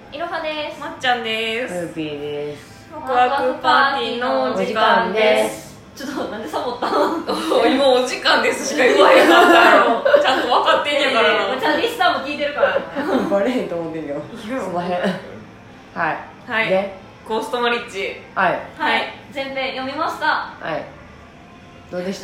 いろはです。 まっちゃんです。 ルーピーです。 ワクワクパーティーのお時間です。 ちょっとなんでサボったの？ 今お時間ですしか言わへんかったやろ。ちゃんと分かってんやからな。 ちゃんとリスナーも聞いてるからバレへんと思ってんけどすんまへん。はいはいでゴーストマリッジ。 はいはい、全編読みました。 はいどうでした？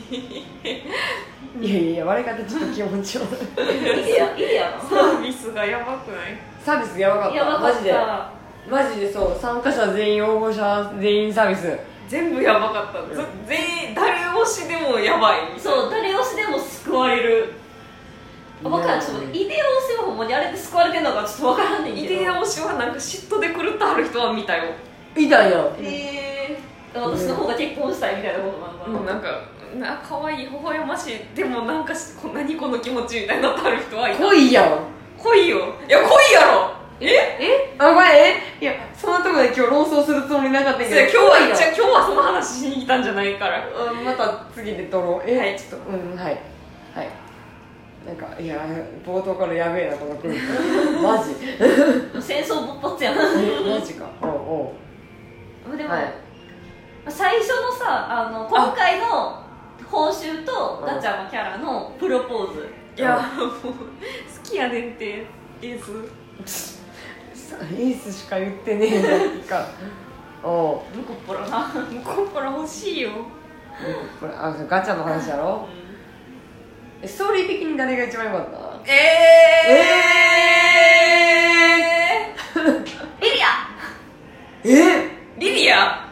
いやいや割り方ちょっと気持ち悪い。 いいや、いいやサービスがやばくない？ サービスやばかった。 やばかった。 マジでそう参加者全員応募者全員サービス全部やばかった。全員誰推しでもやばい。 そう、誰推しでも救われる。分からん、ちょっとイデオ推しはほんまにあれで救われてんのかちょっと分からんねんけど。 イデア推しはなんか嫉妬で狂ってはる人は見たよ。 いたんや。 私の方が結婚したいみたいなことなんかな。 なんか可愛い微笑ましいでもなんか何この気持ちみたいになってはる人はいた。 恋やん。 恋よ。いや恋やろ。 あ、これいやそんなとこで今日論争するつもりなかったけど。 今日はその話しに来たんじゃないから。 また次で撮ろう。 はいちょっとはいなんかいや冒頭からやべえなとか来るマジ戦争勃発やん。 マジか。おうでも、 はい最初のさ今回の報酬とガチャのキャラのプロポーズ。 いやもう好きやねんってエースエースしか言ってねえじゃんか。おう向こっぽらな。 向こうから欲しいよ。 これガチャの話やろ。ストーリー的に誰が一番良かった？ リリア。 リリア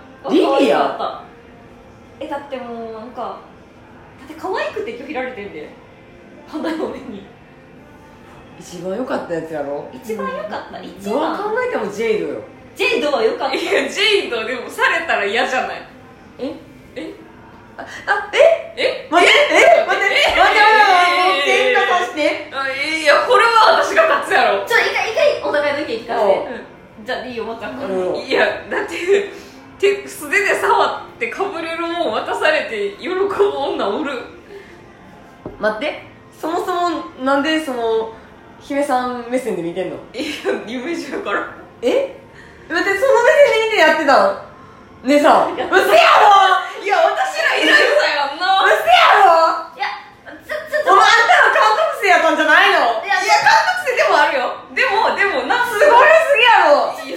だってもうなんかだって可愛くて拒否られてんで花嫁に。 一番良かったやつやろ。 一番良かった。一どう番考えてもジェイドよ。 ジェイドは良かった。 いやジェイドでもされたら嫌じゃない？ ええ待って喧嘩させて。 いやこれは私が勝つやろ。 ちょっと一回お互いの意見聞かせて。じゃあいいよ、また。 いやだって素手で触ってかぶれるもん渡されて喜ぶ女おる。 待って、そもそもなんでその姫さん目線で見てんの？ いや夢じゃから。 待って、その目線で見てやってたん？ねえさ、うせやろ。 いや私らいないさやんな。 うせやろ。 いやお前あんたの監督生やったんじゃないの？ いや監督生でもあるよ。でもなすごいすぎやろ。 そうや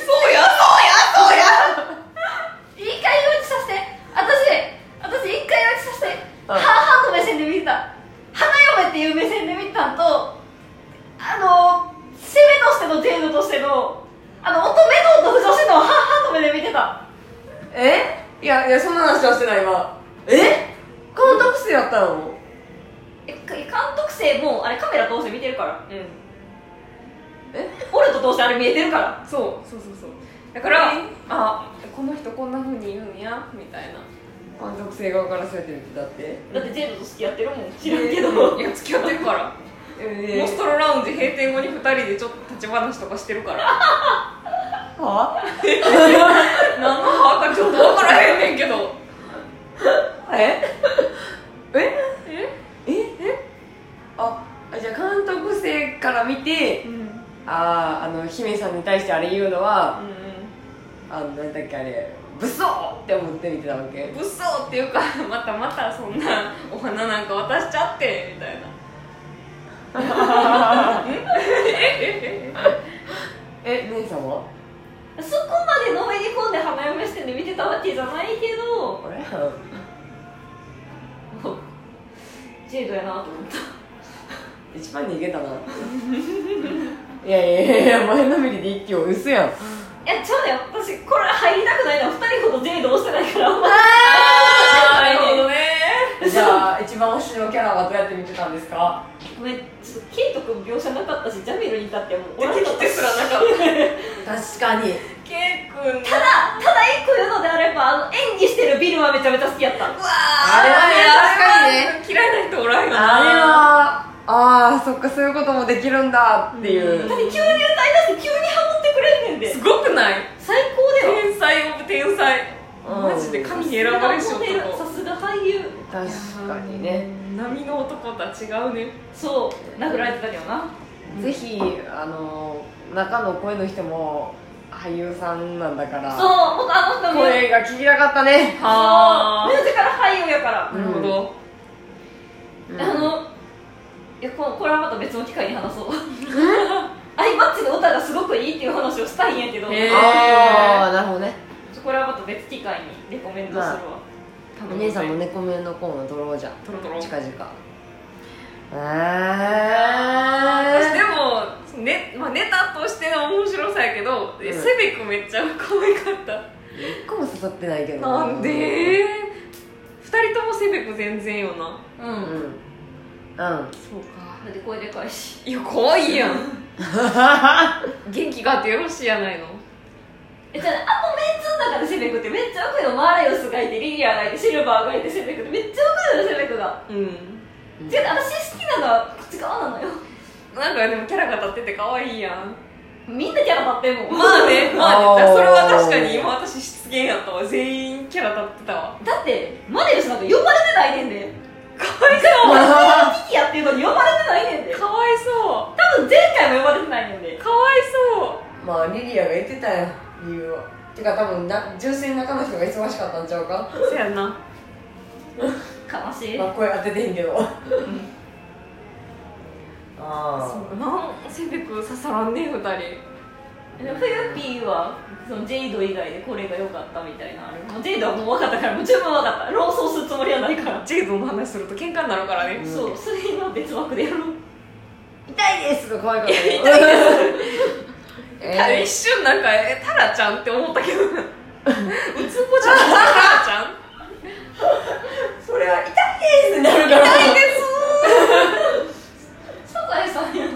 一回落ちさせて。私一回落ちさせて。母の目線で見てた。花嫁っていう目線で見てたんと攻めとしての程度としての乙女道と浮上しての母の目で見てた。 いやそんな話はしてない今。監督生やったの？ 監督生もあれカメラ通して見てるから。 うん。 俺と通してあれ見えてるから。 そうだからこの人こんな風に言うんやみたいな。 監督生側からそうやって見てたって？ だってジェイドと付き合ってるもん。知らんけど。 いや付き合ってるからモンストロラウンジ閉店後に2人でちょっと立ち話とかしてるからは？ 何の歯かちょっと分からへんねんけど。 じゃあ監督生から見て、姫さんに対してあれ言うのは、なんだっけあれブソーって思って見てたわけ？ ブソーっていうかまたそんなお花なんか渡しちゃってみたいな。 姉さんは？ そこまでのめり込んで花嫁視点で見てたわけじゃないけど、 あれジェイドやなと思った。 一番逃げたな。いや前のめりで一挙嘘やん。 いやちょうね、私これ入りたくないのは2人ほどジェイドをしてないから。 なるほどね。 じゃあ一番推しのキャラはどうやって見てたんですか？ ごめん、ちょっとケイト君描写なかったし、ジャミルに至ってはもう出てきてすらなかった確かに。 ケイ君ただ一個言うのであれば演技してるビルはめちゃめちゃ好きやった。 うわあれはね確かにね嫌いな人おらんよな。 あれはそっかそういうこともできるんだっていう。 だって急に歌い出して急にハモってくれんねんで。 すごくない？ 最高だよ。 天才オブ天才。マジで神に選ばれし男。 さすが俳優。 確かにね。 波の男とは違うね。 そう殴られてたけどな。 ぜひ中の声の人も俳優さんなんだからそう僕人声が聞きたかったね。 はミュージカル俳優やからあなるほど、 いやこれはまた別の機会に話そうアイマッチの歌がすごくいいっていう話をしたいんやけど、 へーああなるほどね。 これはまた別機会にレコメンドするわ、 お姉さんも猫目のコーナー撮ろうじゃんトロトロ近々。 私でもネタとしての面白さやけど、セベクめっちゃ可愛かった。 一個も刺さってないけどなんで2人ともセベク全然よな。 そうか。 だって声でかいし。 いや可愛いやん元気があってよろしいやないの。 じゃあメンツの中でセベクってめっちゃ奥のマーレオスがいてリリアがいてシルバーがいてセベクってめっちゃ奥なのセベクが。 うん違う私好きなのはこっち側なのよ。 なんかでもキャラが立ってて可愛いやん。 みんなキャラ立ってんもん。 まあねあーそれは確かに今私失言やったわ。全員キャラ立ってたわ。 だってマーレオスなんか呼ばれてないねんで。 かわいそうキキやっていうのに呼ばれてないねんで。 かわいそう多分前回も呼ばれてないねんで。 かわいそうまあリリアが言ってたよ理由は。てか多分純粋に中の人が忙しかったんちゃうか。 そやな。 悲しい。 まあ声当ててへんけどあそうなんセベク刺さらんね2人。 フユピーはそのジェイド以外でこれが良かったみたいなある。もうジェイドはもう分かったからもう十分分かった。論争するつもりはないから、 ジェイドの話すると喧嘩になるからね。 そうそれ今別枠でやろう。 痛いですが可愛かったよ。 一瞬なんかタラちゃんって思ったけどうつぼちゃんタラちゃんそれは痛いですってなるから。痛いですサザエさんや。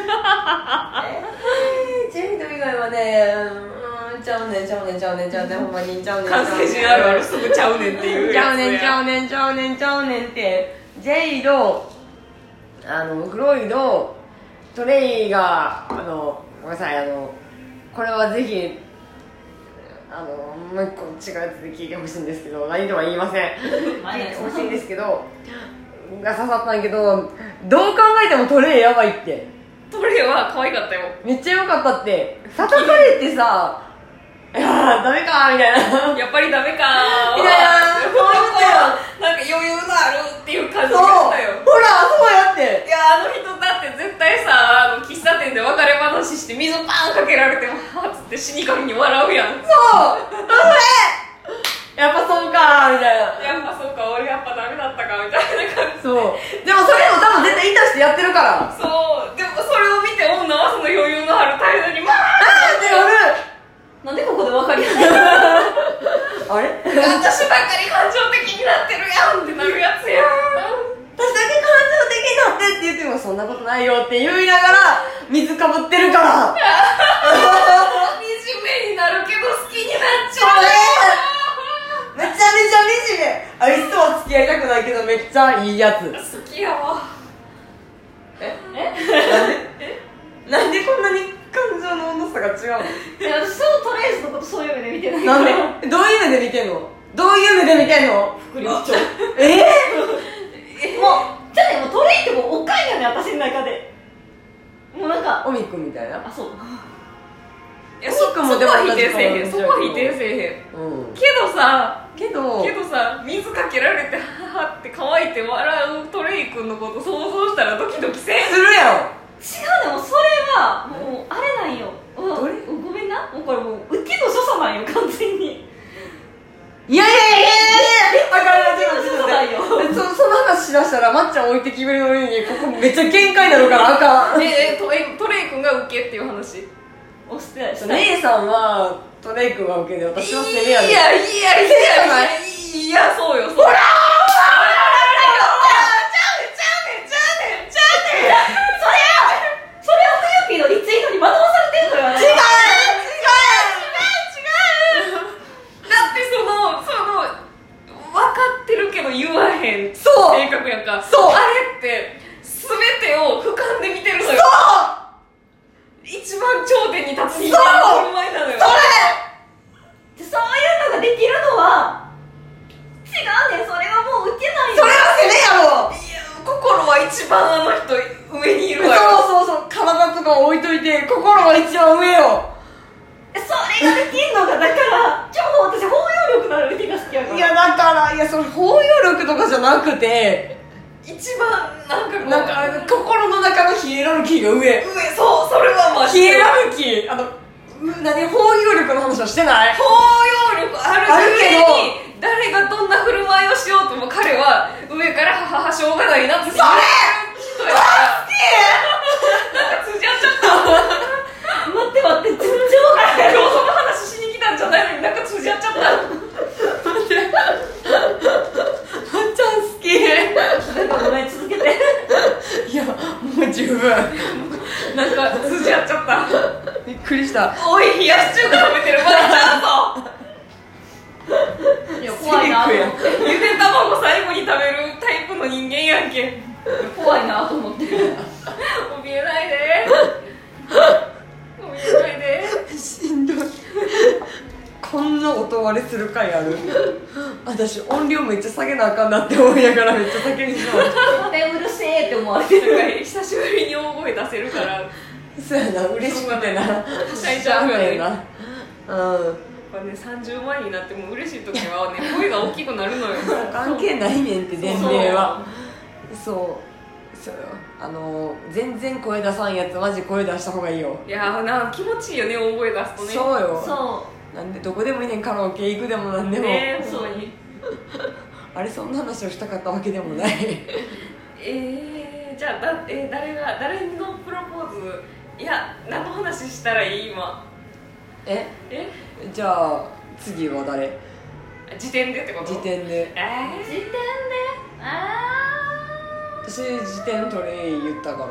ジェイド以外はねちゃうねんほんまにちゃうねん。 関西人あるあるすぐちゃうねんっていうちゃやつうねんや。 ってジェイドクロイドトレイがごめんなさいこれはぜひもう一個違うやつで聞いてほしいんですけど何とは言いません聞いてほしいんですけどが刺さったんやけどどう考えてもトレイやばいって。 トレイは可愛かったよ。 めっちゃ良かったって。叩かれてさいやーダメかーみたいなやっぱりダメかーいやーそう言ったよ。 なんか余裕のあるっていう感じそうがしたよ。 ほらそうやっていやあの人だって絶対さ喫茶店で別れ話して水パーンかけられてもはっつって死神に笑うやん。 そうそれやっぱそうかーみたいな。 やっぱそうか俺やっぱダメだったかみたいな感じ。 そうでもそれも多分絶対意図してやってるからそうでもそれを見て女はその余裕のある態度にわなんでなんでここで分かりやすい。 あれー私ばっかり感情的になってるやんってなるやつやん。 私だけ感情的になってって言ってもそんなことないよって言いながら水かぶってるから惨めになるけど好きになっちゃう。 めちゃめちゃ惨め。あいつとは付き合いたくないけどめっちゃいいやつ。 好きやわ。 なんでこんなに感情の温度差が違うの。 私そのトレイズのことそういう目で見てないなんでどういう目で見てんの。どういう目で見てんの。 副寮長。もうじゃあねもうトレイってもうおかんやね私の中で。もうなんかオミくんみたいな。 あそう。 いやそこは否定せえへん。そこは否定せえへん。 うん。 けどさけど水かけられてははって乾いて笑うトレイ君のこと想像したらドキドキせん。 するや違うねもうそれはもうあれなんよ。 どれごめんなもうこれもう受けの所作なんよ完全に。 ん。いやあかんそうなんよ。 その話しだしたらまっちゃん置いてきぼりの上にここめっちゃ限界になるからあかん。 トレイ君が受けっていう話。 押してないした姉さんはトレイ君が受けで私は攻めやで。 いやそうよ。ほらそれはフユピーのリツイートに惑わされてるのよね。 違うだってその分かってるけど言わへんそう性格やんか。 そうあれって全てを俯瞰で見てるのよ。一番頂点に立つ人間の振る舞いなのよ。 そういうのができるのは違うねん。それはもう受けないよ。 それは攻めやろ。 いや心は一番あの人上にいるわよ。 そう感体とか置いといて心は一番上よ。 それができんのがだから超私包容力のある手が好きやから。 いやだからいやそれ包容力とかじゃなくて一番なんかこうなんか心の中のヒエラルキーが上そうそれはまあヒエラルキー何包容力の話はしてない包容力あるけど誰がどんな振る舞いをしようとも彼は上からはしょうがないなってそれ人やからなんか通じ合っちゃった待って待って全然分からへん。 今日その話しに来たんじゃないのになんか通じ合っちゃったまっちゃん好きなんかごめん続けて。 いやもう十分なんか通じ合っちゃったびっくりしたおい冷やし中華食べてるまだちゃんといや怖いなと思って。 ゆで卵最後に食べるタイプの人間やんけ怖いなと思って。 怯えないで怯えないでしんどいこんな音割れする回ある私音量めっちゃ下げなあかんなって思いながらめっちゃ叫んでしまううるせえって思われてる。 久しぶりに大声出せるからそうやな嬉しくてなはしゃいじゃうよねなやっぱね30前になっても嬉しい時はね声が大きくなるのよ関係ないねんって年齢はそうよ全然声出さんやつマジ声出した方がいいよいやー気持ちいいよね大声出すとねそうよそなんでどこでもいいねんカラオケ行くでもなんでも、 ねそうにあれそんな話をしたかったわけでもないじゃあ誰のプロポーズいや何の話したらいい今えじゃあ次は誰時点でってこと時点で時点で私時点トレイ言ったから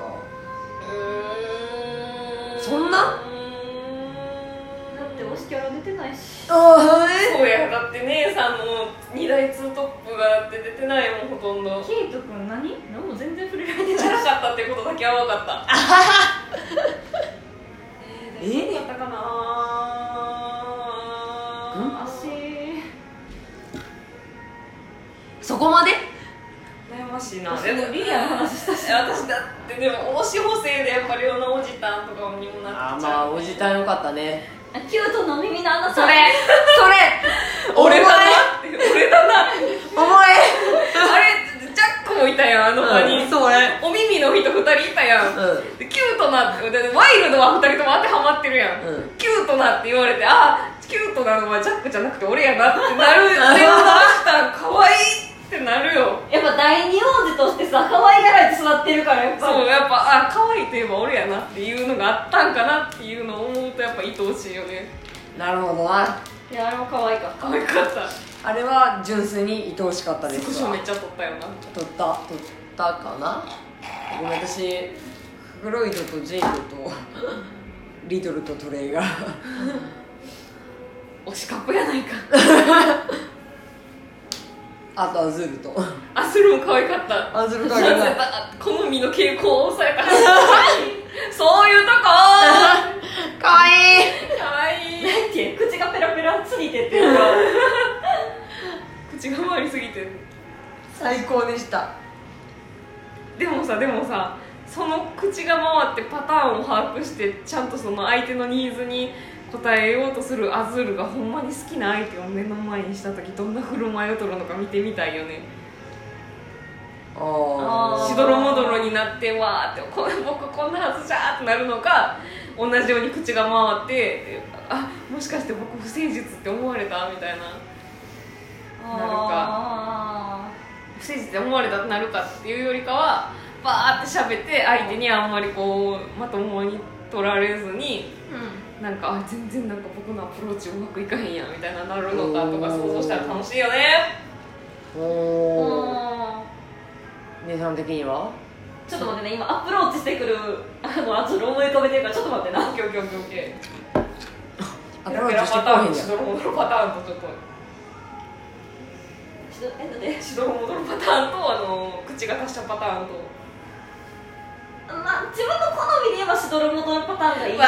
そんなだって推しキャラ出てないし。 そうやだって姉さんの2大ツートップが出てないもんほとんどケイト君何も全然触れられてないし。 チャラかったっていうことだけは分かった誰だったかなそこまで悩ましいな私もリリアの話したし。 私だってでも推し補正でやっぱりおなおじたんとかにもなっちゃうおじたんよかったねキュートの耳の穴さん。 俺だな俺だなお前あれジャックもいたやんあの場に、 そうねお耳の人2人いたやん、でキュートなってワイルドは2人とも当てはまってるやん、キュートなって言われてキュートなのはジャックじゃなくて俺やなってなるでもしたかわいいってなるよやっぱ第二王子としてさ可愛がられて育ってるからやっぱそうやっぱ可愛いといえば俺やなっていうのがあったんかなっていうのを思うとやっぱ愛おしいよねなるほどないやあれも可愛かった。 可愛かったあれは純粋に愛おしかったですスクショめっちゃ撮ったよな撮ったかなごめん私フロイドとジェイドとリトルとトレイが推しカップやないかあとアズールとアスルも可愛かったアズール可愛かっ好みの傾向を抑えたそういうとこたかわいいかわいいなんて口がペラペラすぎてっていうか口が回りすぎて最高でしたでもさその口が回ってパターンを把握してちゃんとその相手のニーズに応えようとするアズールがほんまに好きな相手を目の前にした時どんな振る舞いを取るのか見てみたいよねあしどろもどろになってわーって僕こんなはずじゃーってなるのか同じように口が回ってもしかして僕不誠実って思われたみたいな不誠実って思われたってなるかっていうよりかはバーって喋って相手にあんまりこうまともに取られずになんか全然なんか僕のアプローチうまくいかへんやみたいななるのかとか想像したら楽しいよね姉さん的にはちょっと待ってね今アプローチしてくるアズル思い浮かべてるからちょっと待ってな。 オッケーオッケーオッケーアプローチしてこへんやしどろもどろパターンとちょっとなんでしどろもどろパターンと口が達者パターンと自分の好みで言えばしどろもどろパターンがいいわか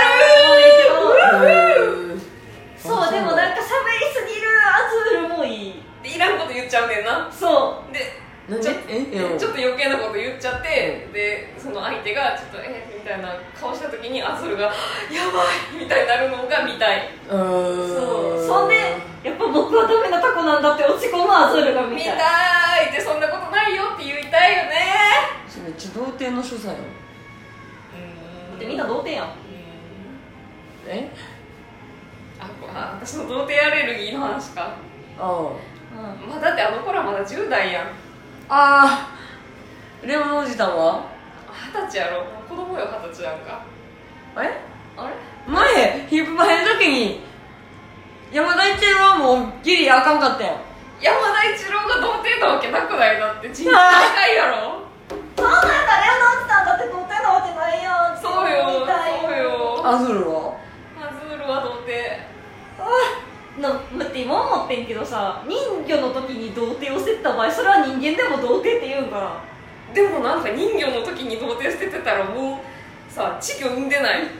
るそうでもなんか喋りすぎるアズールもいい。 いらんこと言っちゃうねんなそうでなんでちょっと余計なこと言っちゃって、でその相手がちょっとみたいな顔した時にアズールがやばいみたいになるのが見たい。 そうそんでやっぱ僕はダメなタコなんだって落ち込むアズールが見たい。 見たいってそんなことないよって言いたいよね。 それめっちゃ童貞の所作よ。 だってみんな童貞やん。 え私の童貞アレルギーの話か。 うんだってあの頃はまだ10代やん。 あーレモンおじさんは 20歳やろ。子供よ20歳やんか。 あれあれ前ヒップバヘの時に山田一郎はもうギリあかんかったやん。 山田一郎が童貞なわけなくない？だって人生高いやろ。 そうなんだ、レオナおじさんだって童貞なわけないやん。 そうよそうよ。 アズールはアズールは童貞。 だって今思ってんけどさ、人魚の時に童貞を捨てた場合、それは人間でも童貞って言うんかな。 でもなんか人魚の時に童貞捨ててたらもうさ、稚魚産んでない稚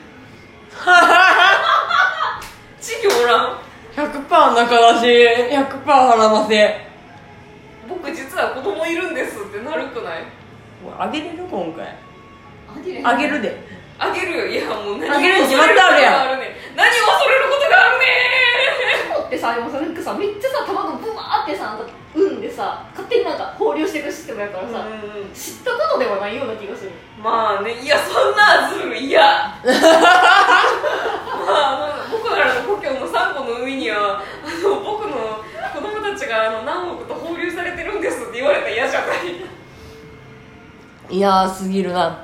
魚おらん。 100% 中出し 100% 腹ませ。 僕実は子供いるんですってなるくない？ あげれる今回ああげるで。 あげるよ。いやもう何あげるに決まってあるやん。 何を恐れることがあるねタコってさ、でもさ、なんかさ、めっちゃさ、卵ブワーってさ、産んでさ、勝手になんか放流していくシステムやからさ、知ったことではないような気がする。 まあね、いやそんなアズール嫌まあ僕らの故郷のサンゴの海には僕の子供たちが何億と放流されてるんですって言われたら嫌じゃない？ いやーすぎるな。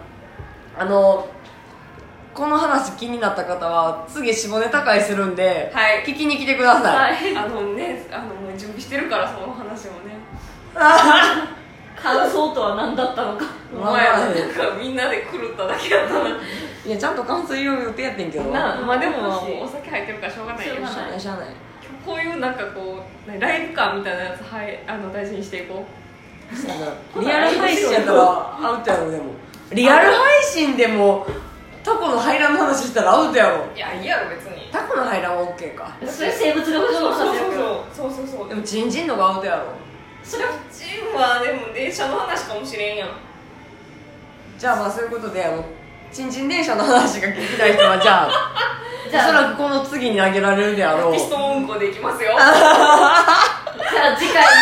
この話気になった方は次下ネタ会するんで、 はい、 聞きに来てください。 はい、 もう準備してるからその話もね感想とは何だったのか。 お前はなんかみんなで狂っただけやったな。 いやちゃんと感想言う予定やってんけどまあでもお酒入ってるからしょうがないよ。 しょうがないしゃあない。 こういうなんかこうライブ感みたいなやつ、はい、大事にしていこう。 リアル配信やったらアウトやろ。でもリアル配信でもタコの排卵の話したらアウトやろ。 いやいいやろ別に。 タコの排卵は OK か。 それ生物学上の話やけど、 そうでもチンチンのがアウトやろ。 それはチームはでも電車の話かもしれんやん。 じゃあまあそういうことでチンチン電車の話が聞きたい人はじゃあじゃあおそらくこの次にあげられるであろう。 ピストン運行でいきますよ。 じゃあ次回